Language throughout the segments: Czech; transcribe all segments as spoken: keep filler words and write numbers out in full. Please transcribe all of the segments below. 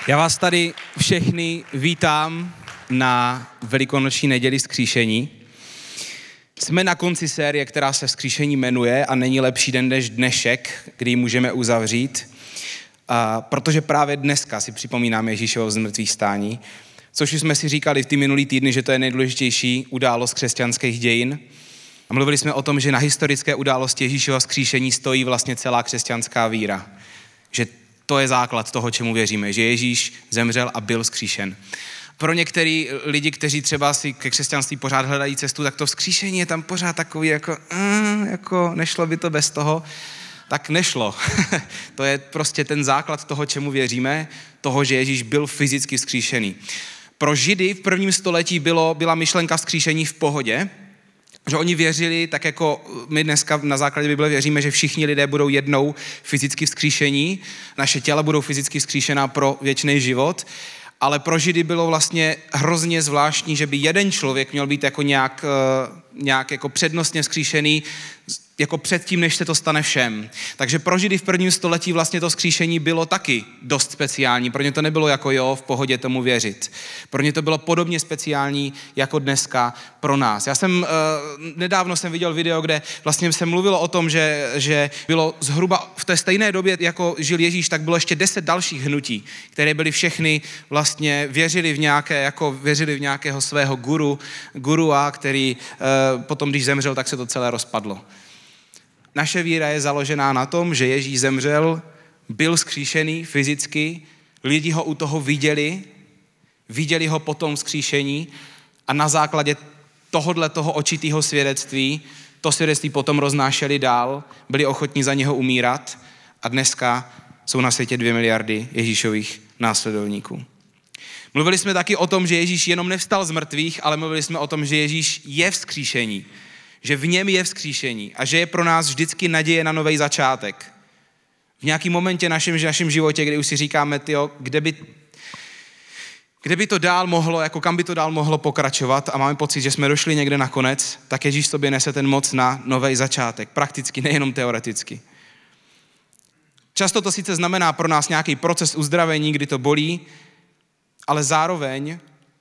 Já vás tady všechny vítám na velikonoční neděli vzkříšení. Jsme na konci série, která se vzkříšení jmenuje a není lepší den než dnešek, kdy ji můžeme uzavřít, a protože právě dneska si připomínáme Ježíšovo zmrtvých stání, což už jsme si říkali v ty minulý týdny, že to je nejdůležitější událost křesťanských dějin. A mluvili jsme o tom, že na historické události Ježíšova vzkříšení stojí vlastně celá křesťanská víra. Že to je základ toho, čemu věříme, že Ježíš zemřel a byl vzkříšen. Pro některý lidi, kteří třeba si ke křesťanství pořád hledají cestu, tak to vzkříšení je tam pořád takový, jako, uh, jako nešlo by to bez toho, tak nešlo. To je prostě ten základ toho, čemu věříme, toho, že Ježíš byl fyzicky vzkříšený. Pro Židy v prvním století bylo, byla myšlenka vzkříšení v pohodě, že oni věřili, tak jako my dneska na základě Bible věříme, že všichni lidé budou jednou fyzicky vzkříšení, naše těla budou fyzicky vzkříšená pro věčný život, ale pro Židy bylo vlastně hrozně zvláštní, že by jeden člověk měl být jako nějak, nějak jako přednostně vzkříšený, jako předtím, než se to stane všem. Takže pro Židy v prvním století vlastně to vzkříšení bylo taky dost speciální. Pro ně to nebylo jako jo, v pohodě tomu věřit. Pro ně to bylo podobně speciální jako dneska pro nás. Já jsem, uh, nedávno jsem viděl video, kde vlastně se mluvilo o tom, že, že bylo zhruba v té stejné době, jako žil Ježíš, tak bylo ještě deset dalších hnutí, které byly všechny vlastně věřili v nějaké, jako věřili v nějakého svého guru, gurua, který uh, potom, když zemřel, tak se to celé rozpadlo. Naše víra je založená na tom, že Ježíš zemřel, byl vzkříšený fyzicky, lidi ho u toho viděli, viděli ho potom vzkříšení a na základě tohodle toho očitého svědectví, to svědectví potom roznášeli dál, byli ochotní za něho umírat a dneska jsou na světě dvě miliardy Ježíšových následovníků. Mluvili jsme taky o tom, že Ježíš jenom nevstal z mrtvých, ale mluvili jsme o tom, že Ježíš je vzkříšení. Že v něm je vzkříšení a že je pro nás vždycky naděje na nový začátek. V nějakém momentě našem, našem životě, kdy už si říkáme, tyjo, kde by, kde by to dál mohlo, jako kam by to dál mohlo pokračovat a máme pocit, že jsme došli někde na konec, tak Ježíš sobě nese ten moc na nový začátek. Prakticky, nejenom teoreticky. Často to sice znamená pro nás nějaký proces uzdravení, kdy to bolí, ale zároveň,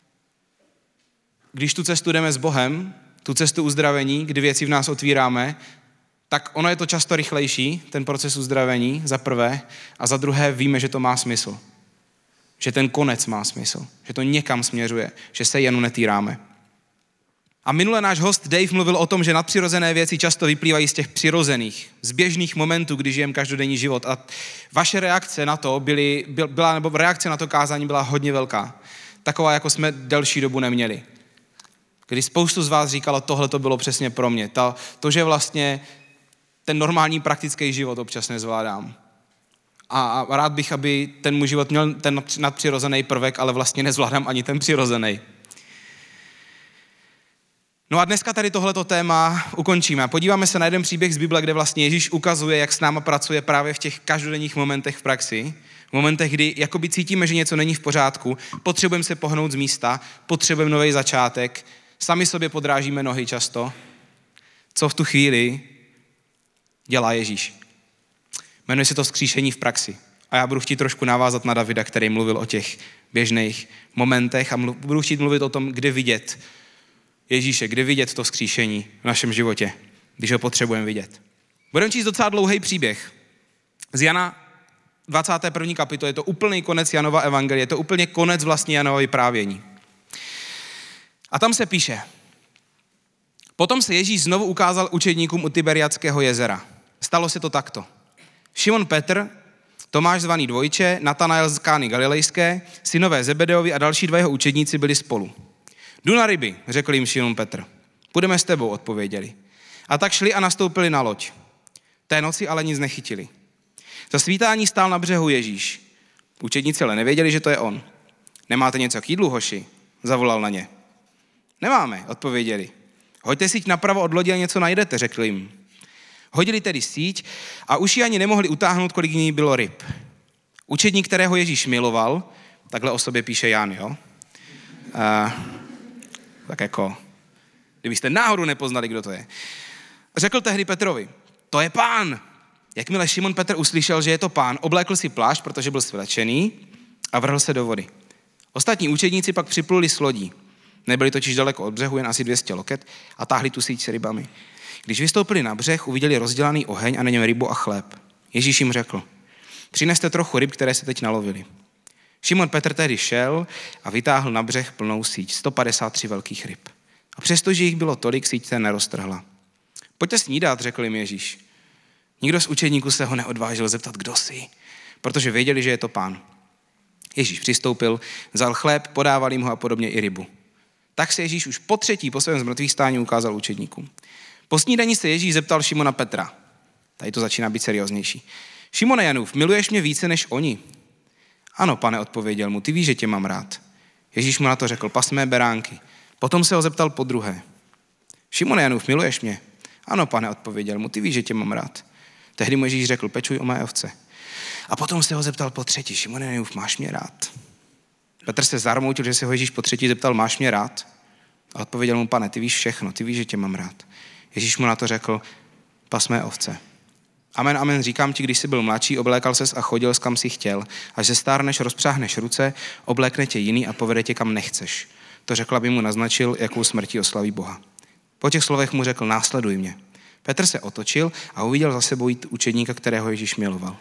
když tu cestu jdeme s Bohem, tu cestu uzdravení, kdy věci v nás otvíráme, tak ono je to často rychlejší, ten proces uzdravení, za prvé, a za druhé víme, že to má smysl. Že ten konec má smysl, že to někam směřuje, že se jen netýráme. A minule náš host Dave mluvil o tom, že nadpřirozené věci často vyplývají z těch přirozených, z běžných momentů, kdy žijeme každodenní život. A vaše reakce na to byly, byla, nebo reakce na to kázání byla hodně velká. Taková, jako jsme delší dobu neměli. Kdy spoustu z vás říkalo, tohle to bylo přesně pro mě. To, to, že vlastně ten normální praktický život občas nezvládám. A, a rád bych, aby ten můj život měl ten nadpřirozený prvek, ale vlastně nezvládám ani ten přirozený. No a dneska tady tohleto téma ukončíme. Podíváme se na jeden příběh z Bible, kde vlastně Ježíš ukazuje, jak s náma pracuje právě v těch každodenních momentech v praxi. V momentech, kdy jakoby cítíme, že něco není v pořádku, potřebujeme se pohnout z místa, potřebujeme nový začátek, sami sobě podrážíme nohy často. Co v tu chvíli dělá Ježíš? Jmenuje se to vzkříšení v praxi. A já budu chtít trošku navázat na Davida, který mluvil o těch běžných momentech a mluv, budu chtít mluvit o tom, kde vidět Ježíše, kde vidět to vzkříšení v našem životě, když ho potřebujeme vidět. Budeme číst docela dlouhý příběh. Z Jana dvacáté první kapitoly, je to úplný konec Janova evangelie, je to úplně konec vlastně Janova vyprávění. A tam se píše, potom se Ježíš znovu ukázal učedníkům u Tiberiadského jezera. Stalo se to takto. Šimon Petr, Tomáš zvaný Dvojče, Natanael z Kány Galilejské, synové Zebedeovi a další dva jeho učedníci byli spolu. Jdu na ryby, řekl jim Šimon Petr. Půjdeme s tebou, odpověděli. A tak šli a nastoupili na loď. Té noci ale nic nechytili. Za svítání stál na břehu Ježíš. Učedníci ale nevěděli, že to je on. Nemáte něco k jídlu, hoši? Zavolal na ně. Nemáme, odpověděli. Hoďte síť napravo od lodi a něco najdete, řekl jim. Hodili tedy síť a už ji ani nemohli utáhnout, kolik v ní bylo ryb. Učedník, kterého Ježíš miloval, takhle o sobě píše Jan, jo? A, tak jako, kdybyste náhodou nepoznali, kdo to je. Řekl tehdy Petrovi, to je Pán. Jakmile Šimon Petr uslyšel, že je to Pán, oblékl si plášť, protože byl svlečený, a vrhl se do vody. Ostatní učedníci pak připluli s lodí. Nebyli totiž daleko od břehu, jen asi dvě stě loket a táhli tu síť s rybami. Když vystoupili na břeh, uviděli rozdělaný oheň a na něm rybu a chléb. Ježíš jim řekl, přineste trochu ryb, které se teď nalovili. Šimon Petr tehdy šel a vytáhl na břeh plnou síť, sto padesát tři velkých ryb. A přestože jich bylo tolik, síť se neroztrhla. Pojďte snídat, řekl jim Ježíš. Nikdo z učedníků se ho neodvážil zeptat, kdo jsi, protože věděli, že je to Pán. Ježíš přistoupil, vzal chléb, podával jim ho a podobně i rybu. Tak se Ježíš už po třetí po svém zmrtvýchvstání ukázal učedníkům. Po snídani se Ježíš zeptal Šimona Petra. Tady to začíná být serióznější. Šimone Janův, miluješ mě více než oni? Ano, pane, odpověděl mu, ty víš, že tě mám rád. Ježíš mu na to řekl, pas mé beránky. Potom se ho zeptal po druhé. Šimone Janův, miluješ mě? Ano, pane, odpověděl mu, ty víš, že tě mám rád. Tehdy mu Ježíš řekl, pečuj o mé ovce. A potom se ho zeptal po třetí, Šimone Janův, máš mě rád? Petr se zarmoutil, že se ho Ježíš po třetí zeptal, máš mě rád? A odpověděl mu, pane, ty víš všechno, ty víš, že tě mám rád. Ježíš mu na to řekl, pas mé ovce. Amen, amen, říkám ti, když jsi byl mladší, oblékal ses a chodil, kam jsi chtěl. Až se stárneš, rozpřáhneš ruce, oblékne tě jiný a povede tě, kam nechceš. To řekl, aby mu naznačil, jakou smrtí oslaví Boha. Po těch slovech mu řekl, následuj mě. Petr se otočil a uviděl za sebou jít učedníka, kterého Ježíš miloval.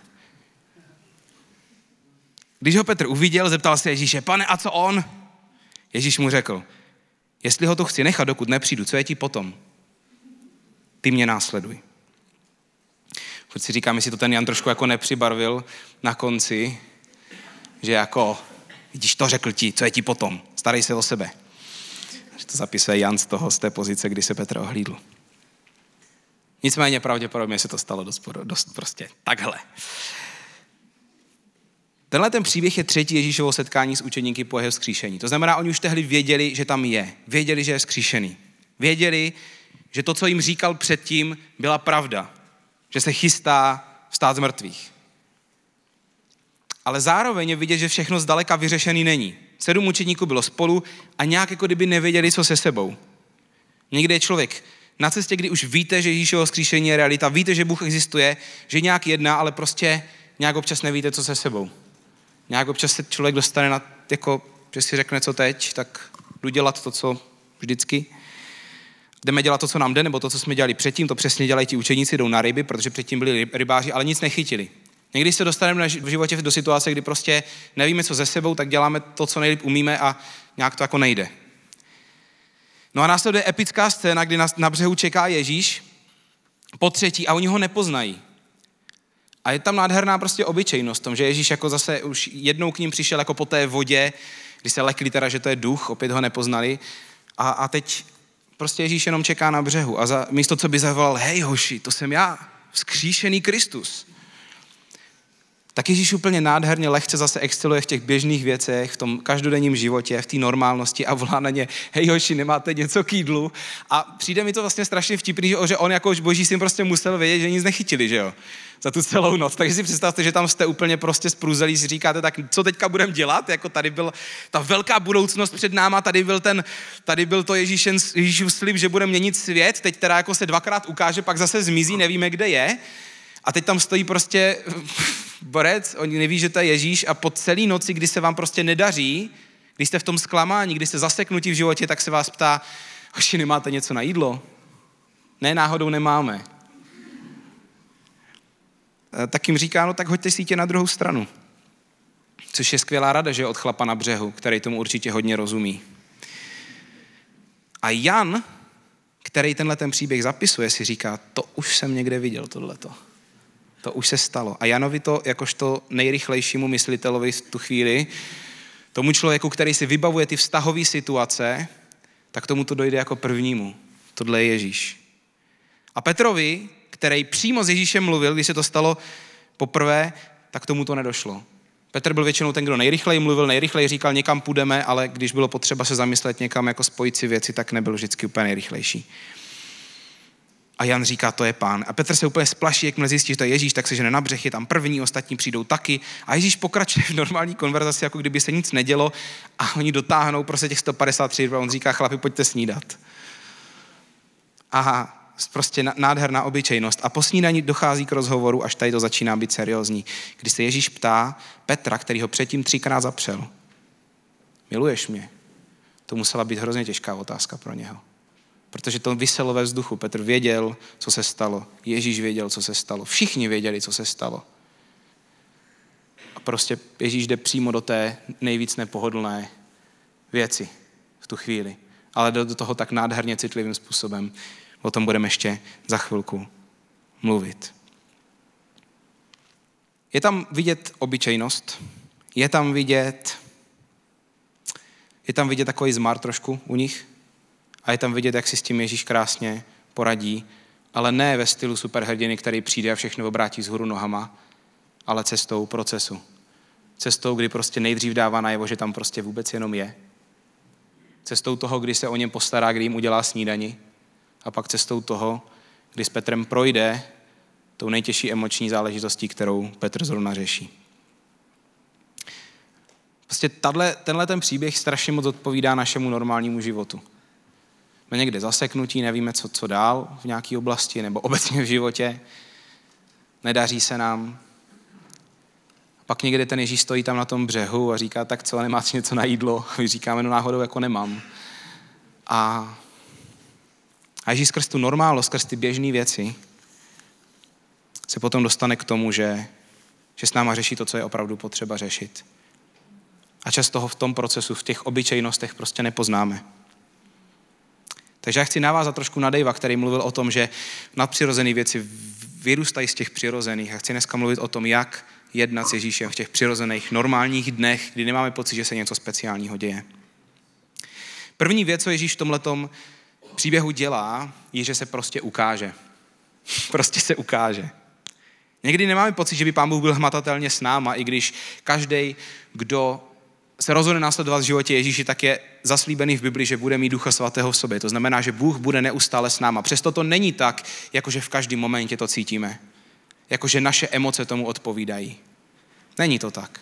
Když ho Petr uviděl, zeptal se Ježíše, pane, a co on? Ježíš mu řekl, jestli ho to chci nechat, dokud nepřijdu, co je ti potom? Ty mě následuj. Furt si říkám, jestli to ten Jan trošku jako nepřibarvil na konci, že jako, vidíš, to řekl ti, co je ti potom, starej se o sebe. Že to zapisuje Jan z toho, z té pozice, kdy se Petr ohlídl. Nicméně pravděpodobně se to stalo dost, dost prostě takhle. Tenhle ten příběh je třetí Ježíšovo setkání s učeníky po jeho vzkříšení. To znamená, oni už tehdy věděli, že tam je. Věděli, že je vzkříšený. Věděli, že to, co jim říkal předtím, byla pravda. Že se chystá vstát z mrtvých. Ale zároveň je vidět, že všechno zdaleka vyřešený není. Sedm učeníků bylo spolu a nějak jako kdyby nevěděli, co se sebou. Někde je člověk na cestě, kdy už víte, že Ježíšovo vzkříšení je realita, víte, že Bůh existuje, že nějak jedná, ale prostě nějak občas nevíte, co se sebou. Nějak občas se člověk dostane na, jako, že si řekne, co teď, tak jdu dělat to, co vždycky. Jdeme dělat to, co nám jde, nebo to, co jsme dělali předtím, to přesně dělají ti učeníci, jdou na ryby, protože předtím byli rybáři, ale nic nechytili. Někdy se dostaneme v životě do situace, kdy prostě nevíme, co se sebou, tak děláme to, co nejlíp umíme a nějak to jako nejde. No a následuje epická scéna, kdy na, na břehu čeká Ježíš po třetí a oni ho nepoznají. A je tam nádherná prostě obyčejnost v tom, že Ježíš jako zase už jednou k ním přišel jako po té vodě, kdy se lekli teda, že to je duch, opět ho nepoznali. A, a teď prostě Ježíš jenom čeká na břehu a za, místo, co by zavolal, hej hoši, to jsem já, vzkříšený Kristus. Tak Ježíš úplně nádherně lehce zase exceluje v těch běžných věcech, v tom každodenním životě, v té normálnosti a volá na ně, hej hoši, nemáte něco k jídlu? A přijde mi to vlastně strašně vtipný, že on jako boží syn prostě musel vědět, že nic nechytili, že jo? Za tu celou noc. Takže si představte, že tam jste úplně prostě spruzelí, si říkáte, tak co teďka budeme dělat? Jako tady byl ta velká budoucnost před náma, tady byl ten, tady byl to Ježíšen, Ježíšův slib, že bude měnit svět, teď teda jako se dvakrát ukáže, pak zase zmizí, nevíme, kde je. A teď tam stojí prostě borec, oni neví, že to je Ježíš a po celé noci, kdy se vám prostě nedaří, když jste v tom zklamání, když jste zaseknutí v životě, tak se vás ptá, hoši, nemáte něco na jídlo? Ne, náhodou nemáme. Tak jim říká, no tak hoďte sítě na druhou stranu. Což je skvělá rada, že od chlapa na břehu, který tomu určitě hodně rozumí. A Jan, který tenhle ten příběh zapisuje, si říká, to už jsem někde viděl, tohleto. To už se stalo. A Janovi to, jakožto nejrychlejšímu myslitelovi v tu chvíli, tomu člověku, který si vybavuje ty vztahové situace, tak tomu to dojde jako prvnímu. Tohle je Ježíš. A Petrovi, který přímo s Ježíšem mluvil, když se to stalo poprvé, tak tomu to nedošlo. Petr byl většinou ten, kdo nejrychleji mluvil, nejrychleji říkal, někam půjdeme, ale když bylo potřeba se zamyslet někam, jako spojit si věci, tak nebyl vždycky úplně nejrychlejší. A Jan říká, to je Pán. A Petr se úplně splaší, jakmile zjistí, že to je Ježíš, tak se žene na břeh, je tam první, ostatní přijdou taky. A Ježíš pokračuje v normální konverzaci, jako kdyby se nic nedělo a oni dotáhnou prostě těch sto padesát tři a on říká, chlapi, pojďte snídat. A prostě nádherná obyčejnost. A po snídani dochází k rozhovoru, až tady to začíná být seriózní. Když se Ježíš ptá Petra, který ho předtím třikrát zapřel. Miluješ mě? To musela být hrozně těžká otázka pro něho. Protože to viselo ve vzduchu. Petr věděl, co se stalo. Ježíš věděl, co se stalo. Všichni věděli, co se stalo. A prostě Ježíš jde přímo do té nejvíc nepohodlné věci v tu chvíli. Ale do toho tak nádherně citlivým způsobem. O tom budeme ještě za chvilku mluvit. Je tam vidět obyčejnost. Je tam vidět, je tam vidět takový zmar trošku u nich. A je tam vidět, jak si s tím Ježíš krásně poradí. Ale ne ve stylu superhrdiny, který přijde a všechno obrátí vzhůru nohama, ale cestou procesu. Cestou, kdy prostě nejdřív dává najevo, že tam prostě vůbec jenom je. Cestou toho, kdy se o něm postará, kdy jim udělá snídani. A pak cestou toho, kdy s Petrem projde tou nejtěžší emoční záležitostí, kterou Petr zrovna řeší. Prostě tato, tenhle ten příběh strašně moc odpovídá našemu normálnímu životu. Jsme někde zaseknutí, nevíme, co, co dál v nějaké oblasti nebo obecně v životě. Nedaří se nám. A pak někde ten Ježíš stojí tam na tom břehu a říká, tak co, nemáš něco na jídlo? My říkáme, no náhodou jako nemám. A, a Ježíš skrz tu normálnost, skrz ty běžné věci se potom dostane k tomu, že, že s náma řeší to, co je opravdu potřeba řešit. A často ho v tom procesu, v těch obyčejnostech prostě nepoznáme. Takže já chci navázat trošku na Davea, který mluvil o tom, že nadpřirozené věci vyrůstají z těch přirozených. Já chci dneska mluvit o tom, jak jednat s Ježíšem v těch přirozených, normálních dnech, kdy nemáme pocit, že se něco speciálního děje. První věc, co Ježíš v tomhletom příběhu dělá, je, že se prostě ukáže. Prostě se ukáže. Někdy nemáme pocit, že by Pán Bůh byl hmatatelně s náma, i když každý, kdo se rozhodne následovat v životě Ježíši, tak je zaslíbený v Bibli, že bude mít Ducha Svatého v sobě. To znamená, že Bůh bude neustále s náma. Přesto to není tak, jakože v každém momentě to cítíme. Jakože naše emoce tomu odpovídají. Není to tak.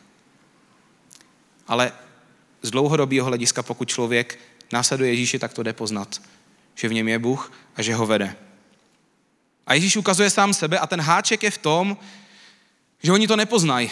Ale z dlouhodobého hlediska, pokud člověk následuje Ježíši, tak to jde poznat, že v něm je Bůh a že ho vede. A Ježíš ukazuje sám sebe a ten háček je v tom, že oni to nepoznají.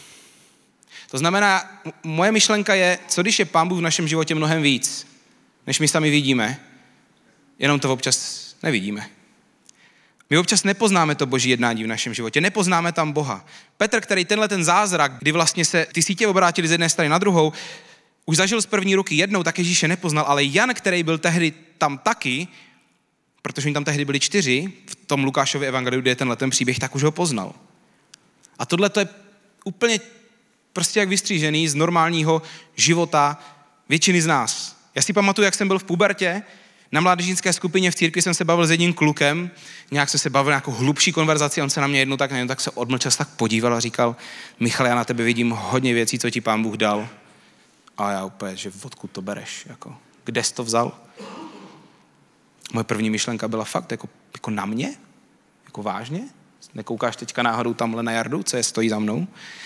To znamená, moje myšlenka je, co když je Pán Bůh v našem životě mnohem víc, než my sami vidíme, jenom to občas nevidíme. My občas nepoznáme to Boží jednání v našem životě, nepoznáme tam Boha. Petr, který tenhle ten zázrak, kdy vlastně se ty sítě obrátily z jedné strany na druhou, už zažil z první ruky jednou, tak Ježíše nepoznal, ale Jan, který byl tehdy tam taky, protože oni tam tehdy byli čtyři, v tom Lukášově evangeliu, kde je tenhle ten příběh, tak už ho poznal. A tohle to je úplně prostě jak vystřížený z normálního života většiny z nás. Já si pamatuju, jak jsem byl v pubertě, na mládežnické skupině v církvi jsem se bavil s jedním klukem, nějak jsem se bavil nějakou hlubší konverzaci, on se na mě jednou tak, nevím, tak se odmlčel, tak podíval a říkal, Michal, já na tebe vidím hodně věcí, co ti Pán Bůh dal. A já úplně, že odkud to bereš, jako, kde jsi to vzal? Moje první myšlenka byla fakt, jako, jako na mě? Jako vážně? Nekoukáš teďka náhodou tamhle na Jardu, co je stojí za mnou?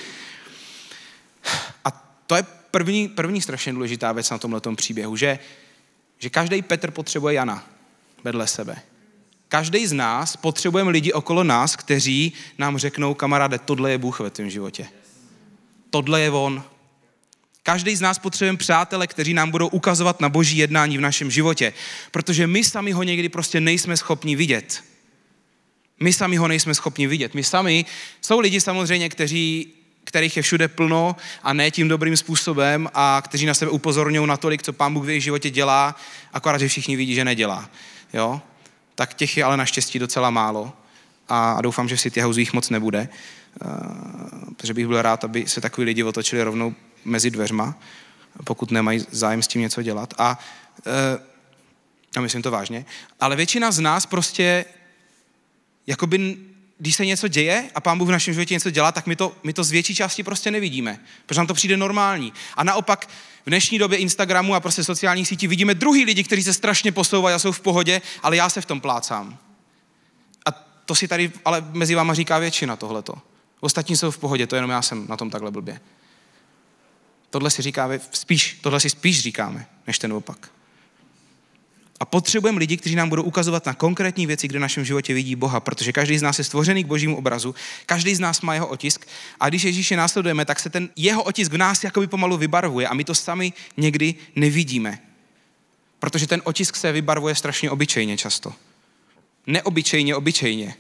A to je první, první strašně důležitá věc na tomhletom příběhu, že, že každý Petr potřebuje Jana vedle sebe. Každý z nás potřebujeme lidi okolo nás, kteří nám řeknou, kamaráde, tohle je Bůh ve tvém životě. Tohle je on. Každý z nás potřebujeme přátele, kteří nám budou ukazovat na Boží jednání v našem životě, protože my sami ho někdy prostě nejsme schopni vidět. My sami ho nejsme schopni vidět. My sami, jsou lidi samozřejmě, kteří kterých je všude plno a ne tím dobrým způsobem a kteří na sebe upozorňují na tolik, co Pán Bůh v jejich životě dělá, akorát, že všichni vidí, že nedělá. Jo? Tak těch je ale naštěstí docela málo a doufám, že v City House jich moc nebude, protože bych byl rád, aby se takový lidi otočili rovnou mezi dveřma, pokud nemají zájem s tím něco dělat. A, a myslím to vážně. Ale většina z nás prostě jakoby když se něco děje a Pán Bůh v našem životě něco dělá, tak my to, my to z větší části prostě nevidíme, protože nám to přijde normální. A naopak v dnešní době Instagramu a prostě sociálních sítí vidíme druhý lidi, kteří se strašně posouvají a jsou v pohodě, ale já se v tom plácám. A to si tady ale mezi váma říká většina tohleto. Ostatní jsou v pohodě, to jenom já jsem na tom takhle blbě. Tohle si říká spíš, tohle si spíš říkáme, než ten opak. A potřebujeme lidi, kteří nám budou ukazovat na konkrétní věci, kde v našem životě vidí Boha, protože každý z nás je stvořený k Božímu obrazu, každý z nás má jeho otisk a když Ježíše následujeme, tak se ten jeho otisk v nás jakoby pomalu vybarvuje a my to sami někdy nevidíme. Protože ten otisk se vybarvuje strašně obyčejně často. Neobyčejně, obyčejně.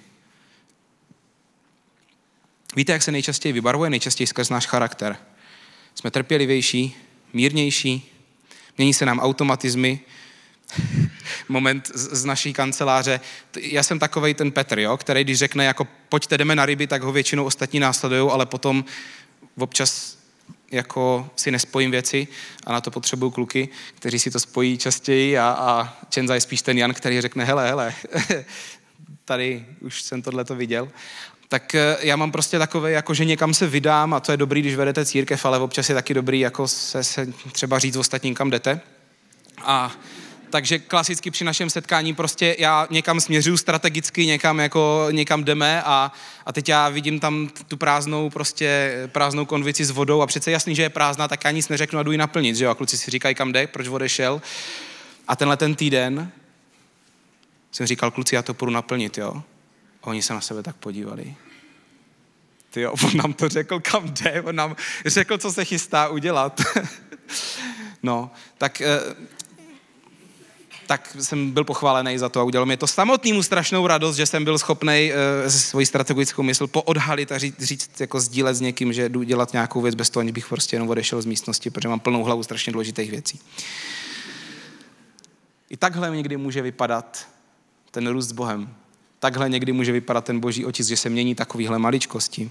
Víte, jak se nejčastěji vybarvuje? Nejčastěji skrz náš charakter. Jsme trpělivější, mírnější, mění se nám automatizmy. Moment z, z naší kanceláře. Já jsem takovej ten Petr, jo, který když řekne, jako pojďte, jdeme na ryby, tak ho většinou ostatní následujou, ale potom občas jako si nespojím věci a na to potřebuju kluky, kteří si to spojí častěji a, a Čenza je spíš ten Jan, který řekne, hele, hele, tady už jsem tohleto viděl. Tak já mám prostě takové, jako že někam se vydám a to je dobrý, když vedete církev, ale občas je taky dobrý, jako se, se třeba říct ostatním, kam jdete. A takže klasicky při našem setkání prostě já někam směřuju strategicky, někam jako někam jdeme a, a teď já vidím tam tu prázdnou prostě prázdnou konvici s vodou a přece jasný, že je prázdná, tak já nic neřeknu a jdu ji naplnit, že jo? A kluci si říkají, kam jde, proč odešel. A tenhle ten týden jsem říkal, kluci, já to půjdu naplnit, jo? A oni se na sebe tak podívali. Tyjo, on nám to řekl, kam jde, on nám řekl, co se chystá udělat. No, tak... tak jsem byl pochválený za to a udělal mi to samotnému strašnou radost, že jsem byl schopnej uh, svoji strategickou mysl poodhalit a říct, říct, jako sdílet s někým, že jdu dělat nějakou věc bez toho, aniž bych prostě jenom odešel z místnosti, protože mám plnou hlavu strašně důležitých věcí. I takhle někdy může vypadat ten růst s Bohem. Takhle někdy může vypadat ten boží otisk, že se mění takovýhle maličkosti.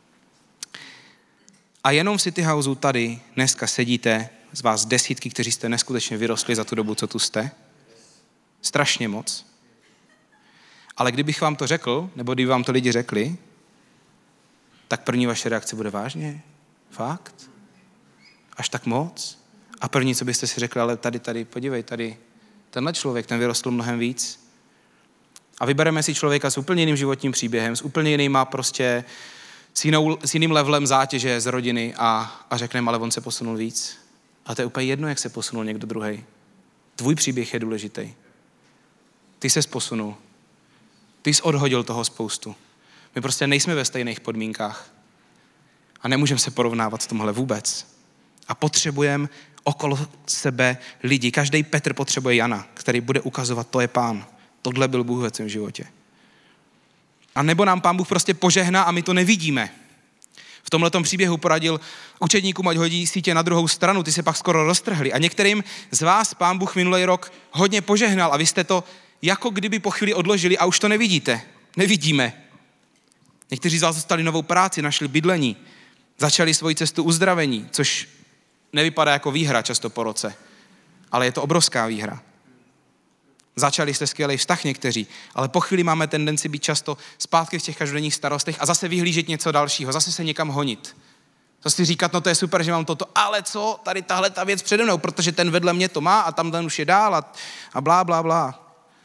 A jenom v City Houseu tady dneska sedíte z vás desítky, kteří jste neskutečně vyrostli za tu dobu, co tu jste. Strašně moc. Ale kdybych vám to řekl, nebo kdyby vám to lidi řekli, tak první vaše reakce bude vážně. Fakt? Až tak moc? A první, co byste si řekli, ale tady, tady, podívej, tady, tenhle člověk, ten vyrostl mnohem víc. A vybereme si člověka s úplně jiným životním příběhem, s úplně jinýma prostě, s, jinou, s jiným levelem zátěže z rodiny a, a řekneme, ale on se posunul víc. A to je úplně jedno, jak se posunul někdo druhej. Tvůj příběh je důležitý. Ty ses posunul. Ty jsi odhodil toho spoustu. My prostě nejsme ve stejných podmínkách. A nemůžeme se porovnávat v tomhle vůbec. A potřebujeme okolo sebe lidi. Každý Petr potřebuje Jana, který bude ukazovat, to je Pán. Tohle byl Bůh ve svém životě. A nebo nám Pán Bůh prostě požehná a my to nevidíme. V tomhletom příběhu poradil učedníkům, ať hodí sítě na druhou stranu, ty se pak skoro roztrhli. A některým z vás Pán Bůh minulý rok hodně požehnal a vy jste to jako kdyby po chvíli odložili a už to nevidíte. Nevidíme. Někteří z vás dostali novou práci, našli bydlení, začali svoji cestu uzdravení, což nevypadá jako výhra často po roce, ale je to obrovská výhra. Začali jste skvělý vztah někteří, ale po chvíli máme tendenci být často zpátky v těch každodenních starostech a zase vyhlížet něco dalšího, zase se někam honit. Zase si říkat, no to je super, že mám toto, ale co, tady tahle ta věc přede mnou, protože ten vedle mě to má a tam ten už je dál a, a blá, blá, blá.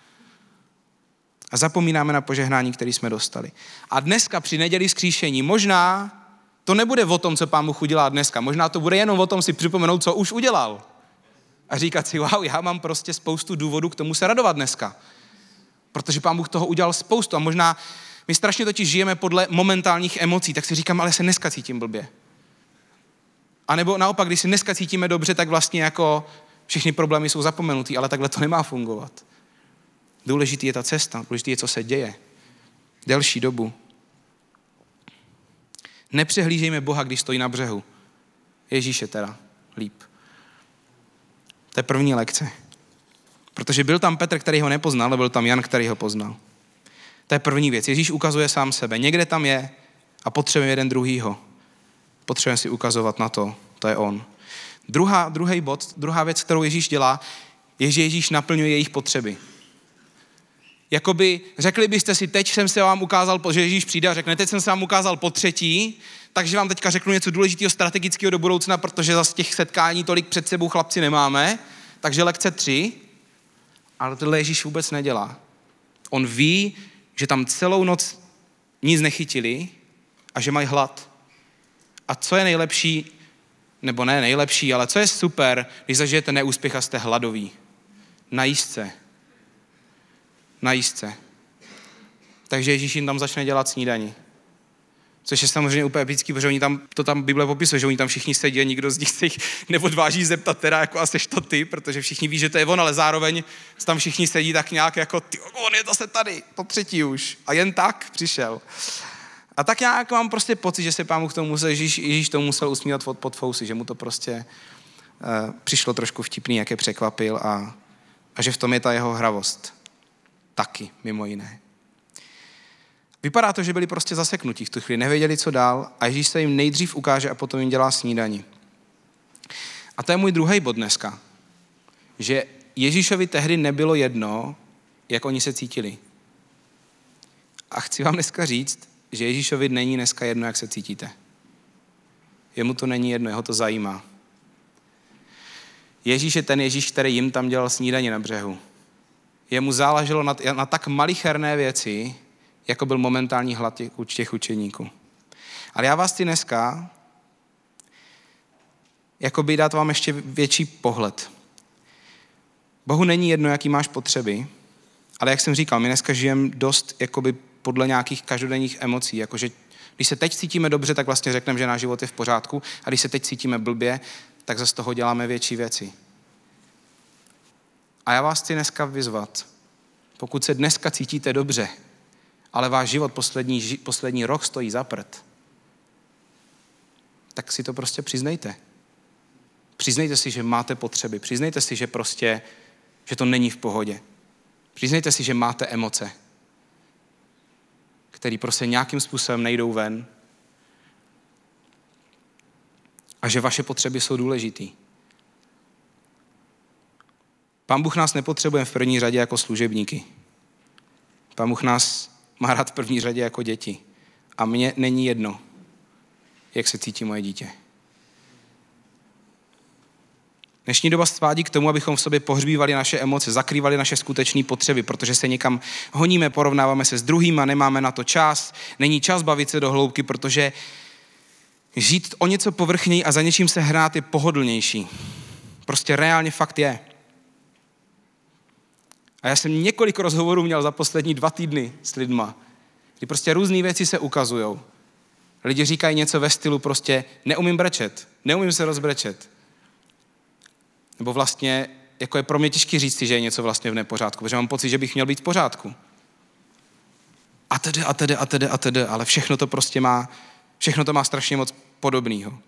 A zapomínáme na požehnání, který jsme dostali. A dneska při neděli vzkříšení možná to nebude o tom, co Pán Bůh udělá dneska, možná to bude jenom o tom si připomenout, co už udělal. A říkat si, wow, já mám prostě spoustu důvodů k tomu se radovat dneska. Protože Pán Bůh toho udělal spoustu a možná my strašně totiž žijeme podle momentálních emocí, tak si říkám, ale se dneska cítím blbě. A nebo naopak, když si dneska cítíme dobře, tak vlastně jako všechny problémy jsou zapomenutý, ale takhle to nemá fungovat. Důležitý je ta cesta, důležitý je, co se děje. Delší dobu. Nepřehlížejme Boha, když stojí na břehu. Ježíše teda, líp. To je první lekce. Protože byl tam Petr, který ho nepoznal, ale byl tam Jan, který ho poznal. To je první věc. Ježíš ukazuje sám sebe. Někde tam je a potřebujeme jeden druhýho. Potřebujeme si ukazovat na to. To je on. Druhá, druhý bod, druhá věc, kterou Ježíš dělá, je, že Ježíš naplňuje jejich potřeby. Jakoby řekli byste si, teď jsem se vám ukázal, že Ježíš přijde a řekne, teď jsem se vám ukázal po třetí, takže vám teďka řeknu něco důležitého, strategického do budoucna, protože zase těch setkání tolik před sebou chlapci nemáme, takže lekce tři, ale tohle Ježíš vůbec nedělá. On ví, že tam celou noc nic nechytili a že mají hlad. A co je nejlepší, nebo ne nejlepší, ale co je super, když zažijete neúspěch a jste hladoví. Najíst se, na jízdce. Takže Ježíš jim tam začne dělat snídani. Což je samozřejmě úplně epický, protože oni tam, to tam Bible popisuje, že oni tam všichni sedí a nikdo z nich se jich neodváží zeptat teda, jako a seš to ty, protože všichni ví, že to je on, ale zároveň tam všichni sedí tak nějak jako, ty, on je zase tady, po třetí už. A jen tak přišel. A tak nějak mám prostě pocit, že se Pán k tomu musel, Ježíš, Ježíš tomu musel usmívat pod, pod fousy, že mu to prostě uh, přišlo trošku vtipný, jak je překvapil a, a že v tom je ta jeho hravost. Taky, mimo jiné. Vypadá to, že byli prostě zaseknutí v tu chvíli, nevěděli, co dál a Ježíš se jim nejdřív ukáže a potom jim dělá snídani. A to je můj druhý bod dneska. Že Ježíšovi tehdy nebylo jedno, jak oni se cítili. A chci vám dneska říct, že Ježíšovi není dneska jedno, jak se cítíte. Jemu to není jedno, jeho to zajímá. Ježíš je ten Ježíš, který jim tam dělal snídani na břehu. Jemu záleželo na, na tak malicherné věci, jako byl momentální hlad těch, těch učeníků. Ale já vás chci dneska jakoby dát vám ještě větší pohled. Bohu není jedno, jaký máš potřeby, ale jak jsem říkal, my dneska žijeme dost jakoby podle nějakých každodenních emocí, jakože když se teď cítíme dobře, tak vlastně řekneme, že náš život je v pořádku a když se teď cítíme blbě, tak zase z toho děláme větší věci. A já vás chci dneska vyzvat, pokud se dneska cítíte dobře, ale váš život poslední, poslední rok stojí za prd, tak si to prostě přiznejte. Přiznejte si, že máte potřeby. Přiznejte si, že prostě, že to není v pohodě. Přiznejte si, že máte emoce, které prostě nějakým způsobem nejdou ven a že vaše potřeby jsou důležitý. Pán Bůh nás nepotřebuje v první řadě jako služebníky. Pán Bůh nás má rád v první řadě jako děti. A mně není jedno, jak se cítí moje dítě. Dnešní doba svádí k tomu, abychom v sobě pohřbívali naše emoce, zakrývali naše skutečné potřeby, protože se někam honíme, porovnáváme se s druhýma, nemáme na to čas, není čas bavit se do hloubky, protože žít o něco povrchněji a za něčím se hrát je pohodlnější. Prostě reálně fakt je. A já jsem několik rozhovorů měl za poslední dva týdny s lidma, kdy prostě různé věci se ukazujou. Lidi říkají něco ve stylu prostě neumím brečet, neumím se rozbrečet. Nebo vlastně, jako je pro mě těžké říct si, že je něco vlastně v nepořádku, protože mám pocit, že bych měl být v pořádku. A tedy, a tedy, a tedy, a tedy, ale všechno to prostě má, všechno to má strašně moc podobného.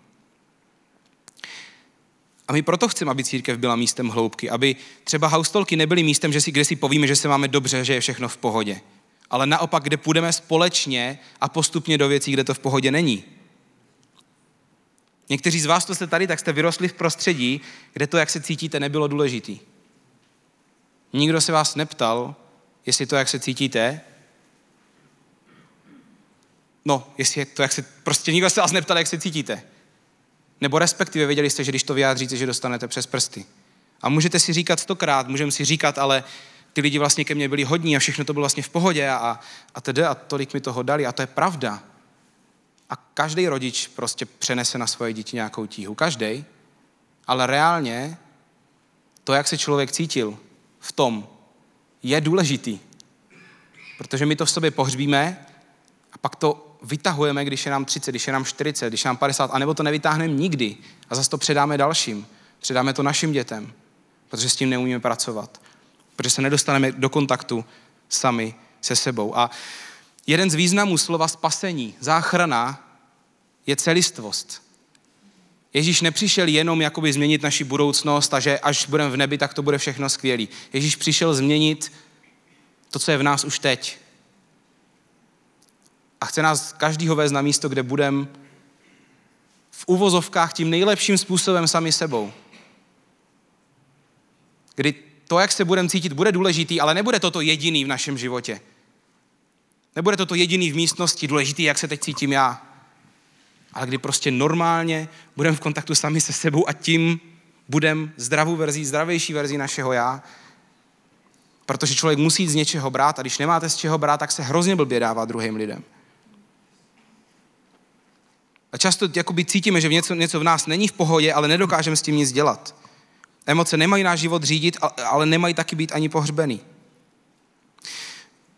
A my proto chceme, aby církev byla místem hloubky, aby třeba haustolky nebyly místem, že si, kde si povíme, že se máme dobře, že je všechno v pohodě. Ale naopak, kde půjdeme společně a postupně do věcí, kde to v pohodě není. Někteří z vás, co jste tady, tak jste vyrostli v prostředí, kde to, jak se cítíte, nebylo důležitý. Nikdo se vás neptal, jestli to, jak se cítíte, no, jestli je to, jak se, prostě nikdo se vás neptal, jak se cítíte. Nebo respektive věděli jste, že když to vyjádříte, že dostanete přes prsty. A můžete si říkat stokrát, můžeme si říkat, ale ty lidi vlastně ke mně byli hodní a všechno to bylo vlastně v pohodě a, a tedy a tolik mi toho dali a to je pravda. A každý rodič prostě přenese na svoje děti nějakou tíhu. Každý. Ale reálně to, jak se člověk cítil v tom, je důležitý. Protože my to v sobě pohřbíme a pak to vytahujeme, když je nám třicet, když je nám čtyřicet, když je nám padesát, anebo to nevytáhneme nikdy a zase to předáme dalším. Předáme to našim dětem, protože s tím neumíme pracovat. Protože se nedostaneme do kontaktu sami se sebou. A jeden z významů slova spasení, záchrana, je celistvost. Ježíš nepřišel jenom jakoby změnit naši budoucnost a že až budeme v nebi, tak to bude všechno skvělý. Ježíš přišel změnit to, co je v nás už teď. A chce nás každýho vést na místo, kde budeme v uvozovkách tím nejlepším způsobem sami sebou. Kdy to, jak se budeme cítit, bude důležitý, ale nebude toto jediný v našem životě. Nebude toto jediný v místnosti, důležitý, jak se teď cítím já. Ale kdy prostě normálně budeme v kontaktu sami se sebou a tím budeme zdravou verzí, zdravější verzí našeho já. Protože člověk musí z něčeho brát a když nemáte z čeho brát, tak se hrozně blbě dává druhým lidem. A často jakoby cítíme, že něco, něco v nás není v pohodě, ale nedokážeme s tím nic dělat. Emoce nemají náš život řídit, ale nemají taky být ani pohřbený.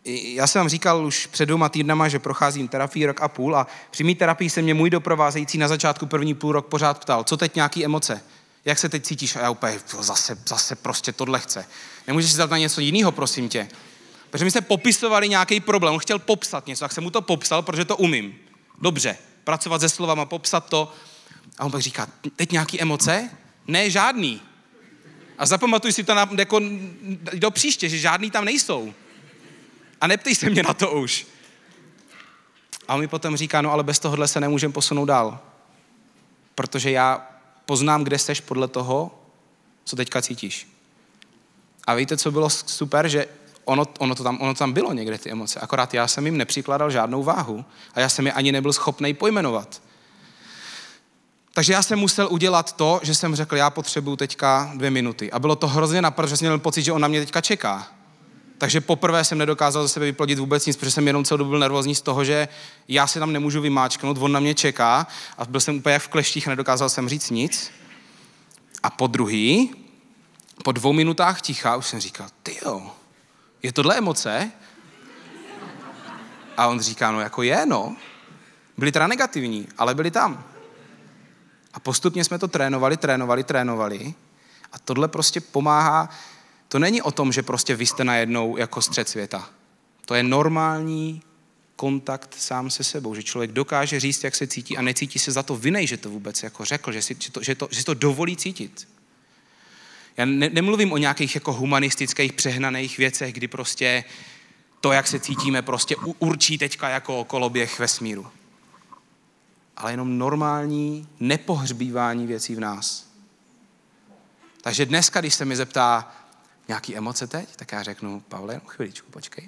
Já jsem vám říkal už před dvěma týdnama, že procházím terapii rok a půl a při mý terapii se mě můj doprovázející na začátku první půl rok pořád ptal, co teď nějaký emoce, jak se teď cítíš? A já úplně, zase, zase prostě tohle chce. Nemůžeš si dát na něco jiného, prosím tě. Protože my jsme popisovali nějaký problém, on chtěl popsat něco, tak jsem mu to popsal, protože to umím. Dobře, pracovat se slovama, popsat to. A on pak říká, teď nějaký emoce? Ne, žádný. A zapamatuj si to na, jako, do příště, že žádný tam nejsou. A neptej se mě na to už. A on mi potom říká, no ale bez tohohle se nemůžeme posunout dál. Protože já poznám, kde seš podle toho, co teďka cítíš. A víte, co bylo super, že ono, ono, to tam, ono to tam bylo někde, ty emoce. Akorát já jsem jim nepřikládal žádnou váhu. A já jsem je ani nebyl schopný pojmenovat. Takže já jsem musel udělat to, že jsem řekl, já potřebuju teďka dvě minuty. A bylo to hrozně napad, že jsem měl pocit, že on na mě teďka čeká. Takže poprvé jsem nedokázal ze sebe vyplodit vůbec nic, protože jsem jenom celou dobu byl nervózní z toho, že já se tam nemůžu vymáčknout, on na mě čeká a byl jsem úplně jak v kleštích a nedokázal jsem říct nic. A po druhý, po dvou minutách ticha, už jsem říkal, tyjo, je tohle emoce? A on říká, no jako je, no. Byly teda negativní, ale byly tam. A postupně jsme to trénovali, trénovali, trénovali a tohle prostě pomáhá. To není o tom, že prostě vy jste najednou jako střed světa. To je normální kontakt sám se sebou, že člověk dokáže říct, jak se cítí a necítí se za to vinej, že to vůbec jako řekl, že si, že to, že to, že si to dovolí cítit. Já ne, nemluvím o nějakých jako humanistických přehnaných věcech, kdy prostě to, jak se cítíme, prostě určí teďka jako koloběh vesmíru. Ale jenom normální nepohřbívání věcí v nás. Takže dneska, když se mi zeptá, nějaký emoce teď? Tak já řeknu, Pavle, no chviličku, počkej.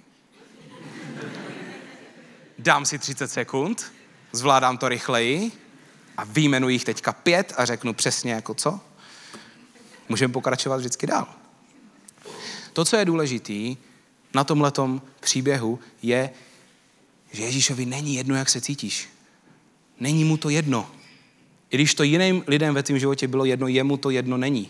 Dám si třicet sekund, zvládám to rychleji a vyjmenuji jich teďka pět a řeknu přesně jako co. Můžeme pokračovat vždycky dál. To, co je důležitý na tomhletom příběhu, je, že Ježíšovi není jedno, jak se cítíš. Není mu to jedno. I když to jiným lidem ve tvém životě bylo jedno, jemu to jedno není.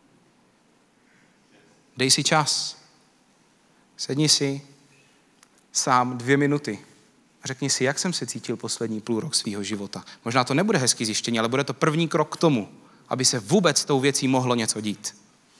Dej si čas. Sedni si sám dvě minuty. A řekni si, jak jsem se cítil poslední půl rok svýho života. Možná to nebude hezký zjištění, ale bude to první krok k tomu, aby se vůbec s tou věcí mohlo něco dít.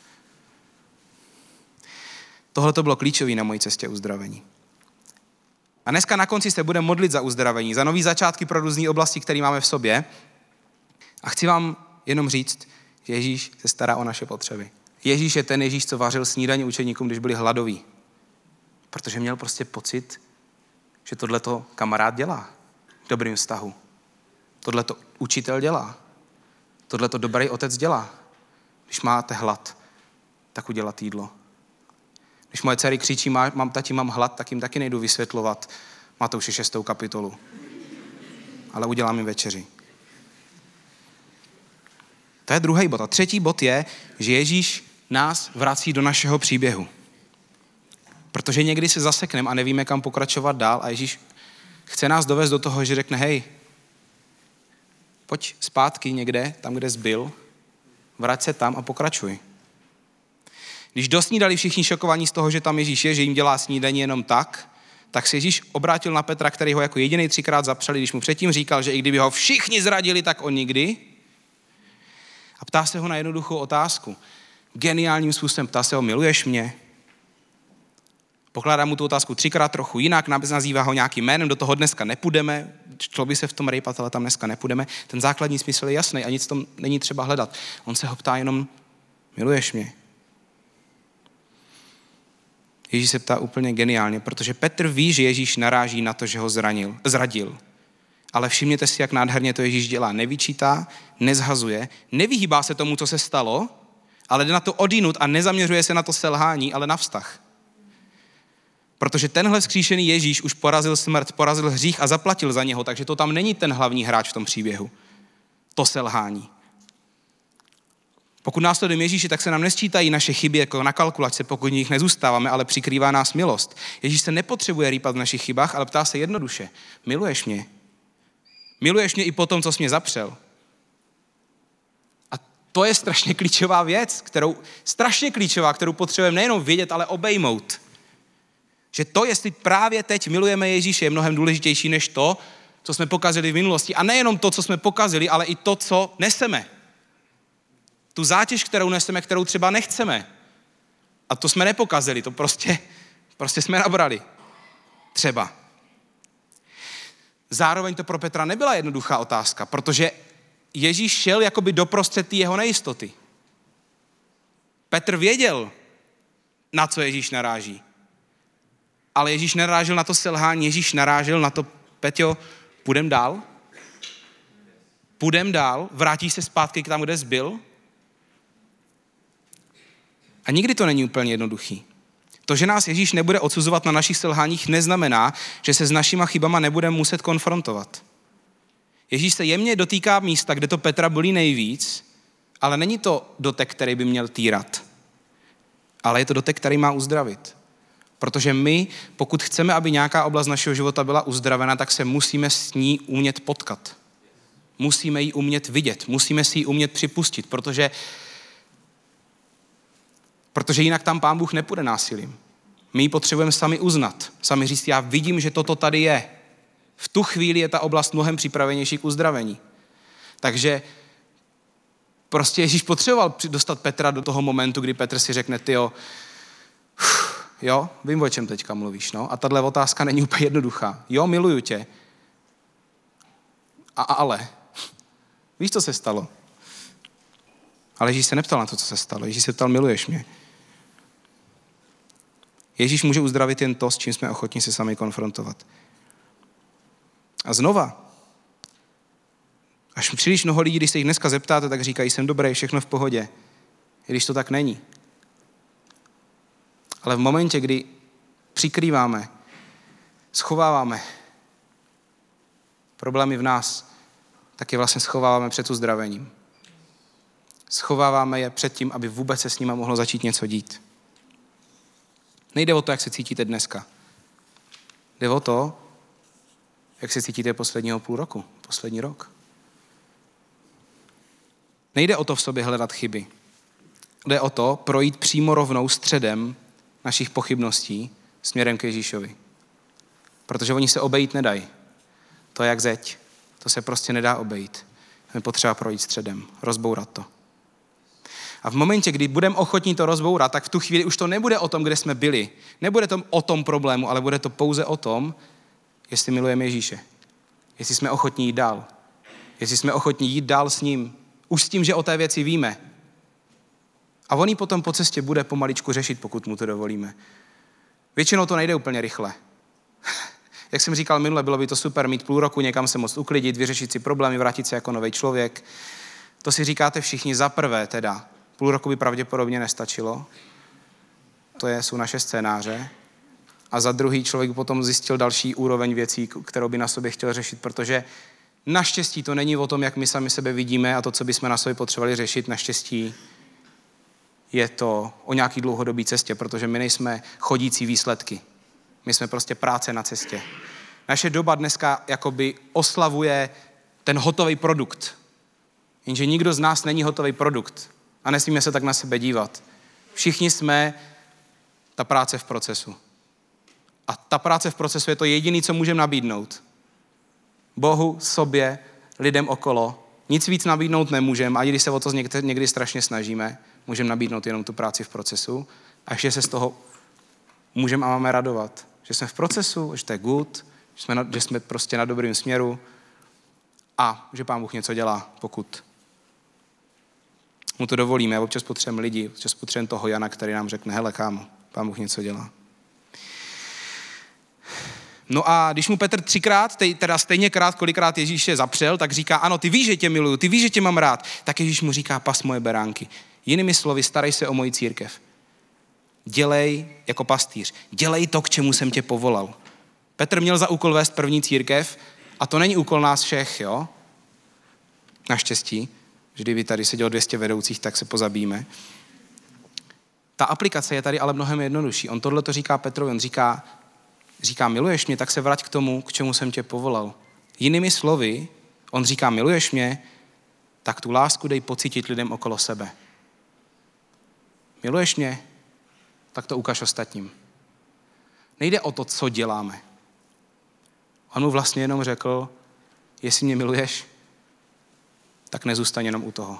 Tohle to bylo klíčové na mojí cestě uzdravení. A dneska na konci se budeme modlit za uzdravení, za nový začátky pro různé oblasti, které máme v sobě. A chci vám jenom říct, že Ježíš se stará o naše potřeby. Ježíš je ten Ježíš, co vařil snídaně učeníkům, když byli hladoví. Protože měl prostě pocit, že tohleto kamarád dělá v dobrým vztahu. Tohleto učitel dělá. Tohleto dobrý otec dělá. Když máte hlad, tak udělat jídlo. Když moje dcery křičí, mám tati, mám hlad, tak jim taky nejdu vysvětlovat. Má to už je šestou kapitolu. Ale udělám jim večeři. To je druhý bod. A třetí bod je, že Ježíš nás vrací do našeho příběhu. Protože někdy se zasekneme a nevíme, kam pokračovat dál a Ježíš chce nás dovést do toho, že řekne, hej, pojď zpátky někde, tam, kde jsi byl, vrať se tam a pokračuj. Když dosnídali všichni šokovaní z toho, že tam Ježíš je, že jim dělá snídaní jenom tak, tak se Ježíš obrátil na Petra, který ho jako jediný třikrát zapřeli, když mu předtím říkal, že i kdyby ho všichni zradili, tak on nikdy. A ptá se ho na jednoduchou otázku. Geniálním způsobem ptá se ho, miluješ mě? Pokládá mu tu otázku třikrát trochu jinak, nazývá ho nějakým jménem, do toho dneska nepůjdeme, šlo by se v tom rejpat, ale tam dneska nepůjdeme. Ten základní smysl je jasný a nic tom není třeba hledat. On se ho ptá jenom, miluješ mě? Ježíš se ptá úplně geniálně, protože Petr ví, že Ježíš naráží na to, že ho zranil, zradil. Ale všimněte si, jak nádherně to Ježíš dělá. Nevyčítá, nezhazuje, nevyhýbá se tomu, co se stalo, ale jde na to odinut a nezaměřuje se na to selhání, ale na vztah. Protože tenhle vzkříšený Ježíš už porazil smrt, porazil hřích a zaplatil za něho, takže to tam není ten hlavní hráč v tom příběhu. To selhání. Pokud následujeme Ježíši, tak se nám nesčítají naše chyby jako na kalkulačce, pokud nich nezůstáváme, ale přikrývá nás milost. Ježíš se nepotřebuje rýpat v našich chybách, ale ptá se jednoduše. Miluješ mě? Miluješ mě i po tom, co jsi mě zapřel? A to je strašně klíčová věc, kterou, strašně klíčová, kterou potřebujeme nejenom vědět, ale obejmout. Že to, jestli právě teď milujeme Ježíše, je mnohem důležitější než to, co jsme pokazili v minulosti. A nejenom to, co jsme pokazili, ale i to, co neseme. Tu zátěž, kterou neseme, kterou třeba nechceme. A to jsme nepokazili, to prostě, prostě jsme nabrali. Třeba. Zároveň to pro Petra nebyla jednoduchá otázka, protože Ježíš šel jakoby doprostřed té jeho nejistoty. Petr věděl, na co Ježíš naráží. Ale Ježíš narážel na to selhání, Ježíš narážel na to, Peťo, půjdem dál? Půjdem dál? Vrátíš se zpátky k tam, kde jsi byl? A nikdy to není úplně jednoduchý. To, že nás Ježíš nebude odsuzovat na našich selháních, neznamená, že se s našima chybama nebudeme muset konfrontovat. Ježíš se jemně dotýká místa, kde to Petra bolí nejvíc, ale není to dotek, který by měl týrat. Ale je to dotek, který má uzdravit. Protože my, pokud chceme, aby nějaká oblast našeho života byla uzdravena, tak se musíme s ní umět potkat. Musíme ji umět vidět, musíme si ji umět připustit, protože, protože jinak tam Pán Bůh nepůjde násilím. My ji potřebujeme sami uznat, sami říct, já vidím, že toto tady je. V tu chvíli je ta oblast mnohem připravenější k uzdravení. Takže prostě Ježíš potřeboval dostat Petra do toho momentu, kdy Petr si řekne, tyjo, jo, vím, o čem teďka mluvíš, no. A tahle otázka není úplně jednoduchá. Jo, miluju tě. A, a ale. Víš, co se stalo? Ale Ježíš se neptal na to, co se stalo. Ježíš se ptal, miluješ mě? Ježíš může uzdravit jen to, s čím jsme ochotní se sami konfrontovat. A znova, až příliš mnoho lidí, když se jich dneska zeptáte, tak říkají, jsem dobrý, všechno v pohodě. I když to tak není. Ale v momentě, kdy přikrýváme, schováváme problémy v nás, tak je vlastně schováváme před uzdravením. Schováváme je před tím, aby vůbec se s nima mohlo začít něco dít. Nejde o to, jak se cítíte dneska. Jde o to, jak se cítíte posledního půl roku, poslední rok. Nejde o to v sobě hledat chyby. Jde o to projít přímo rovnou středem našich pochybností směrem k Ježíšovi. Protože oni se obejít nedají. To je jak zeď. To se prostě nedá obejít. Je potřeba projít středem, rozbourat to. A v momentě, kdy budeme ochotní to rozbourat, tak v tu chvíli už to nebude o tom, kde jsme byli. Nebude to o tom problému, ale bude to pouze o tom, jestli milujeme Ježíše. Jestli jsme ochotní jít dál. Jestli jsme ochotní jít dál s ním. Už s tím, že o té věci víme. A on ji potom po cestě bude pomaličku řešit, pokud mu to dovolíme. Většinou to nejde úplně rychle. Jak jsem říkal minule, bylo by to super mít půl roku, někam se moct uklidit, vyřešit si problémy, vrátit se jako nový člověk. To si říkáte všichni za prvé teda. Půl roku by pravděpodobně nestačilo. To je, jsou naše scénáře. A za druhý člověk potom zjistil další úroveň věcí, kterou by na sobě chtěl řešit, protože naštěstí to není o tom, jak my sami sebe vidíme a to, co bychom na sobě potřebovali řešit. Naštěstí je to o nějaký dlouhodobý cestě, protože my nejsme chodící výsledky. My jsme prostě práce na cestě. Naše doba dneska jakoby oslavuje ten hotový produkt. Jenže nikdo z nás není hotový produkt. A nesmíme se tak na sebe dívat. Všichni jsme ta práce v procesu. A ta práce v procesu je to jediné, co můžeme nabídnout. Bohu, sobě, lidem okolo. Nic víc nabídnout nemůžeme, ani když se o to někdy, někdy strašně snažíme. Můžeme nabídnout jenom tu práci v procesu. A že se z toho můžeme a máme radovat. Že jsme v procesu, že to je good, že jsme, na, že jsme prostě na dobrým směru a že Pán Bůh něco dělá, pokud mu to dovolíme. Občas potřebujeme lidi, občas potřebujeme toho Jana, který nám řekne, hele kámo, Pán Bůh něco dělá. No a když mu Petr třikrát, teda stejně krát, kolikrát Ježíše zapřel, tak říká, ano, ty víš, že tě miluju, ty víš, že tě mám rád. Tak Ježíš mu říká, pas moje beránky. Jinými slovy, starej se o moji církev. Dělej jako pastýř. Dělej to, k čemu jsem tě povolal. Petr měl za úkol vést první církev a to není úkol nás všech, jo? Naštěstí, že kdyby tady sedělo dvě stě vedoucích, tak se pozabíme. Ta aplikace je tady ale mnohem jednodušší. On tohle to říká Petrovi, on říká, říká, miluješ mě, tak se vrať k tomu, k čemu jsem tě povolal. Jinými slovy, on říká, miluješ mě, tak tu lásku dej pocítit lidem okolo sebe. Miluješ mě, tak to ukaž ostatním. Nejde o to, co děláme. On mu vlastně jenom řekl, jestli mě miluješ, tak nezůstaň jenom u toho.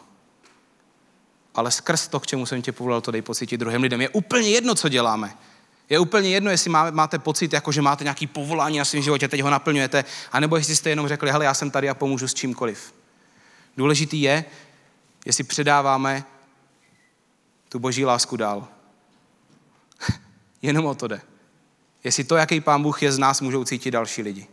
Ale skrz to, k čemu jsem tě povolal, to dej pocítit druhým lidem. Je úplně jedno, co děláme. Je úplně jedno, jestli máte pocit, jako že máte nějaké povolání na svém životě, teď ho naplňujete, anebo jestli jste jenom řekli, hele, já jsem tady a pomůžu s čímkoliv. Důležitý je, jestli předáváme tu boží lásku dál. Jenom o to jde. Jestli to, jaký Pán Bůh je z nás, můžou cítit další lidi.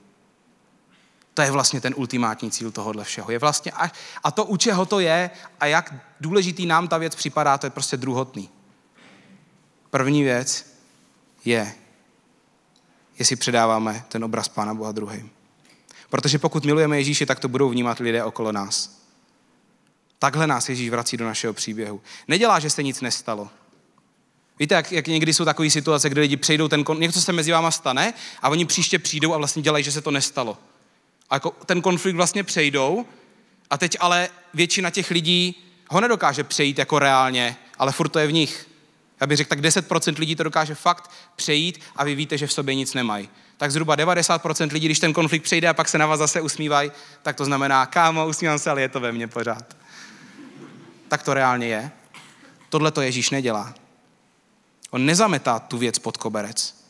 To je vlastně ten ultimátní cíl tohohle všeho. Je vlastně a, a to, u čeho to je a jak důležitý nám ta věc připadá, to je prostě druhotný. První věc je, jestli předáváme ten obraz Pána Boha druhým. Protože pokud milujeme Ježíše, tak to budou vnímat lidé okolo nás. Takhle nás Ježíš vrací do našeho příběhu. Nedělá, že se nic nestalo. Víte, jak, jak někdy jsou takové situace, kde lidi přejdou ten konflikt, něco se mezi váma stane a oni příště přijdou a vlastně dělají, že se to nestalo. A jako ten konflikt vlastně přejdou a teď ale většina těch lidí ho nedokáže přejít jako reálně, ale furt to je v nich. Já bych řekl, tak deset procent lidí to dokáže fakt přejít a vy víte, že v sobě nic nemají. Tak zhruba devadesát procent lidí, když ten konflikt přejde a pak se na vás zase usmívají, tak to znamená, kámo, usmívám se, ale je to ve mně pořád. Tak to reálně je. Tohle to Ježíš nedělá. On nezametá tu věc pod koberec.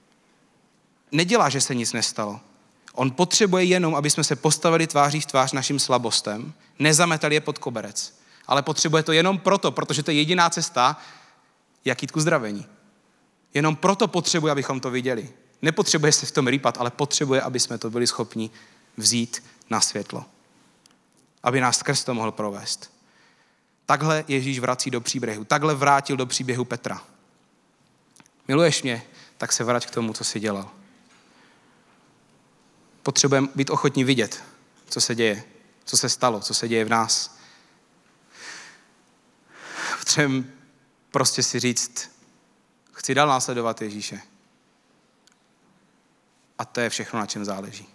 Nedělá, že se nic nestalo. On potřebuje jenom, aby jsme se postavili tváří v tvář našim slabostem, nezametali je pod koberec. Ale potřebuje to jenom proto, protože to je jediná cesta, jak jít k uzdravení. Jenom proto potřebuje, abychom to viděli. Nepotřebuje se v tom rýpat, ale potřebuje, aby jsme to byli schopni vzít na světlo. Aby nás skrz to mohl provést. Takhle Ježíš vrací do příběhu. Takhle vrátil do příběhu Petra. Miluješ mě, tak se vrať k tomu, co jsi dělal. Potřebujeme být ochotní vidět, co se děje, co se stalo, co se děje v nás. Potřebujeme prostě si říct, chci dál následovat Ježíše. A to je všechno, na čem záleží.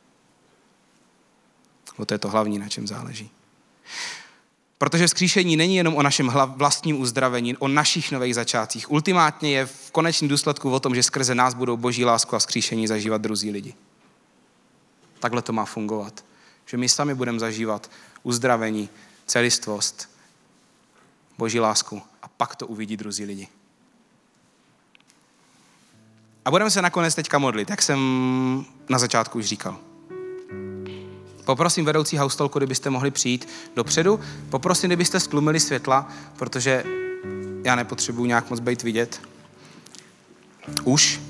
Bo to je to hlavní, na čem záleží. Protože vzkříšení není jenom o našem vlastním uzdravení, o našich nových začátcích. Ultimátně je v konečném důsledku o tom, že skrze nás budou boží lásku a vzkříšení zažívat druzí lidi. Takhle to má fungovat. Že my sami budeme zažívat uzdravení, celistvost, boží lásku a pak to uvidí druzí lidi. A budeme se nakonec teďka modlit, jak jsem na začátku už říkal. Poprosím vedoucí haustolku, kdybyste mohli přijít dopředu. Poprosím, kdybyste stlumili světla, protože já nepotřebuji nějak moc být vidět. Už.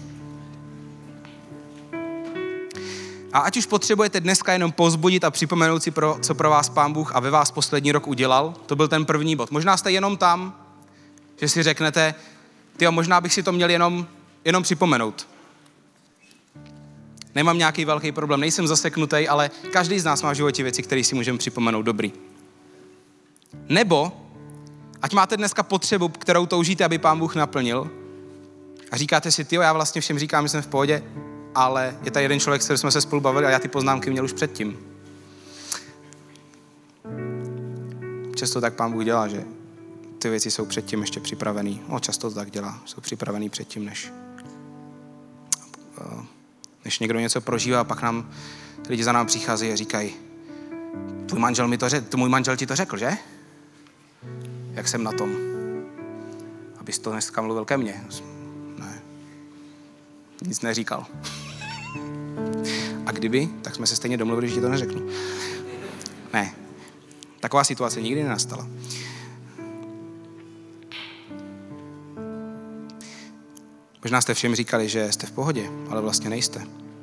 A ať už potřebujete dneska jenom povzbudit a připomenout si, pro, co pro vás Pán Bůh a ve vás poslední rok udělal, to byl ten první bod. Možná jste jenom tam, že si řeknete, tyjo, možná bych si to měl jenom, jenom připomenout. Nemám nějaký velký problém, nejsem zaseknutý, ale každý z nás má v životě věci, které si můžeme připomenout dobrý. Nebo, ať máte dneska potřebu, kterou toužíte, aby Pán Bůh naplnil a říkáte si, tyjo, já vlastně všem říkám, že jsem v pohodě, ale je tady jeden člověk, s kterým jsme se spolu bavili a já ty poznámky měl už předtím. Často tak Pán Bůh dělá, že ty věci jsou předtím ještě připravený. No, často to tak dělá, jsou připravený předtím, než, než někdo něco prožívá a pak nám lidi za námi přicházejí a říkají, tvůj manžel mi to řekl, můj manžel ti to řekl, že? Jak jsem na tom? Abys to dneska mluvil ke mně. Ne. Nic neříkal. A kdyby, tak jsme se stejně domluvili, že ti to neřeknu. Ne. Taková situace nikdy nenastala. Možná jste všem říkali, že jste v pohodě, ale vlastně nejste.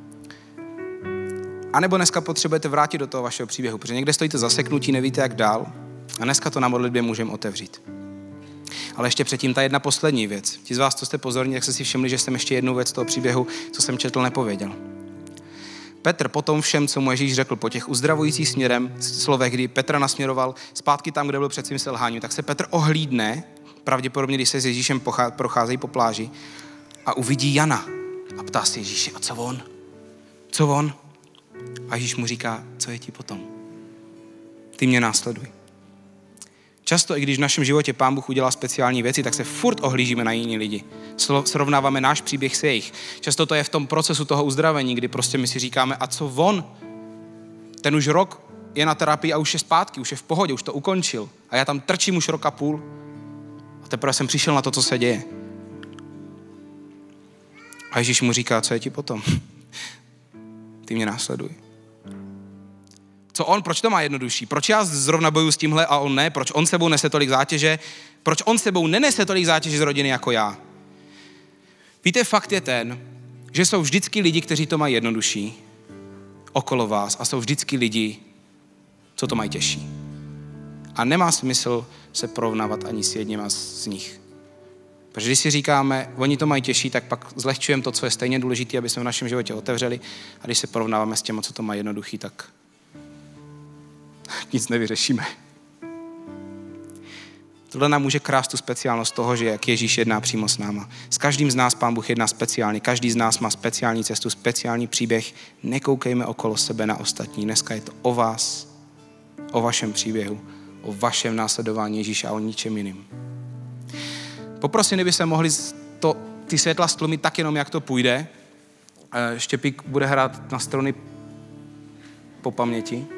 A nebo dneska potřebujete vrátit do toho vašeho příběhu, protože někde stojíte zaseknutí, nevíte jak dál a dneska to na modlitbě můžeme otevřít. Ale ještě předtím ta jedna poslední věc. Ti z vás, co jste pozorní, tak jste si všimli, že jsem ještě jednu věc toho příběhu, co jsem četl, nepověděl. Petr po tom všem, co mu Ježíš řekl, po těch uzdravujících směrem, slovech, kdy Petra nasměroval zpátky tam, kde byl před svým selháním, tak se Petr ohlídne, pravděpodobně, když se s Ježíšem procházejí po pláži, a uvidí Jana. A ptá se Ježíši, a co on? Co on? A Ježíš mu říká, co je ti potom? Ty mě následuj. Často, i když v našem životě Pán Bůh udělal speciální věci, tak se furt ohlížíme na jiní lidi. Srovnáváme náš příběh s jejich. Často to je v tom procesu toho uzdravení, kdy prostě my si říkáme, a co on? Ten už rok je na terapii a už je zpátky, už je v pohodě, už to ukončil. A já tam trčím už rok a půl. A teprve jsem přišel na to, co se děje. A Ježíš mu říká, co je ti potom? Ty mě následuj. Co on, proč to má jednodušší? Proč já zrovna bojuju s tímhle a on ne? Proč on sebou nese tolik zátěže? Proč on sebou nenese tolik zátěže z rodiny jako já? Víte, fakt je ten, že jsou vždycky lidi, kteří to mají jednodušší okolo vás a jsou vždycky lidi, co to mají těžší. A nemá smysl se porovnávat ani s jedním z nich. Protože když si říkáme, oni to mají těžší, tak pak zlehčujeme to, co je stejně důležité, aby jsme v našem životě otevřeli. A když se porovnáváme s těmi, co to mají jednoduchý, tak nic nevyřešíme. Tohle nám může krást tu speciálnost toho, že jak Ježíš jedná přímo s náma. S každým z nás Pán Bůh jedná speciálně. Každý z nás má speciální cestu, speciální příběh. Nekoukejme okolo sebe na ostatní. Dneska je to o vás, o vašem příběhu, o vašem následování Ježíše a o ničem jiným. Poprosím, kdyby se mohli to, ty světla stlumit tak jenom, jak to půjde. Štěpík bude hrát na struny po paměti.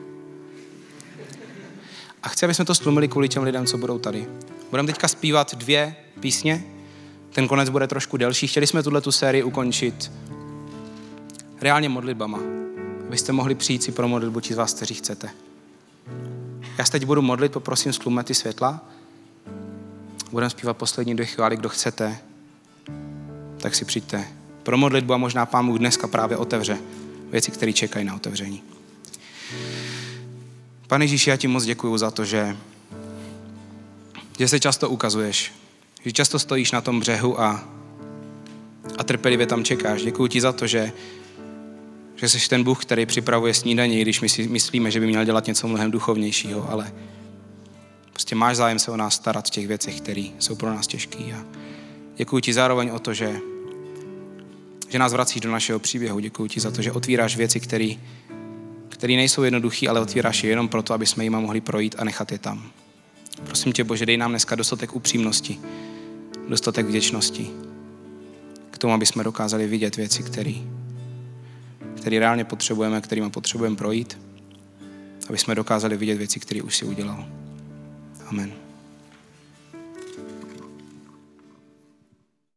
A chci, aby jsme to stlumili kvůli těm lidem, co budou tady. Budeme teďka zpívat dvě písně. Ten konec bude trošku delší. Chtěli jsme tuhletu sérii ukončit reálně modlitbama. Abyste mohli přijít si pro modlitbu ti z vás, kteří chcete. Já se teď budu modlit, poprosím, stlumme ty světla. Budeme zpívat poslední dvě chvály, kdo chcete, tak si přijďte pro modlitbu a možná Pán Bůh dneska právě otevře věci, které čekají na otevření. Pane Ježíši, já ti moc děkuju za to, že, že se často ukazuješ, že často stojíš na tom břehu a, a trpělivě tam čekáš. Děkuju ti za to, že, že jsi ten Bůh, který připravuje snídaně, když my si myslíme, že by měl dělat něco mnohem duchovnějšího, ale prostě máš zájem se o nás starat v těch věcech, které jsou pro nás těžké. A děkuji ti zároveň o to, že, že nás vracíš do našeho příběhu. Děkuji ti za to, že otvíráš věci, které které nejsou jednoduché, ale otvíráš je jenom proto, aby jsme jima mohli projít a nechat je tam. Prosím tě, Bože, dej nám dneska dostatek upřímnosti, dostatek vděčnosti k tomu, aby jsme dokázali vidět věci, které které reálně potřebujeme, kterými potřebujeme projít, aby jsme dokázali vidět věci, které už si udělal. Amen.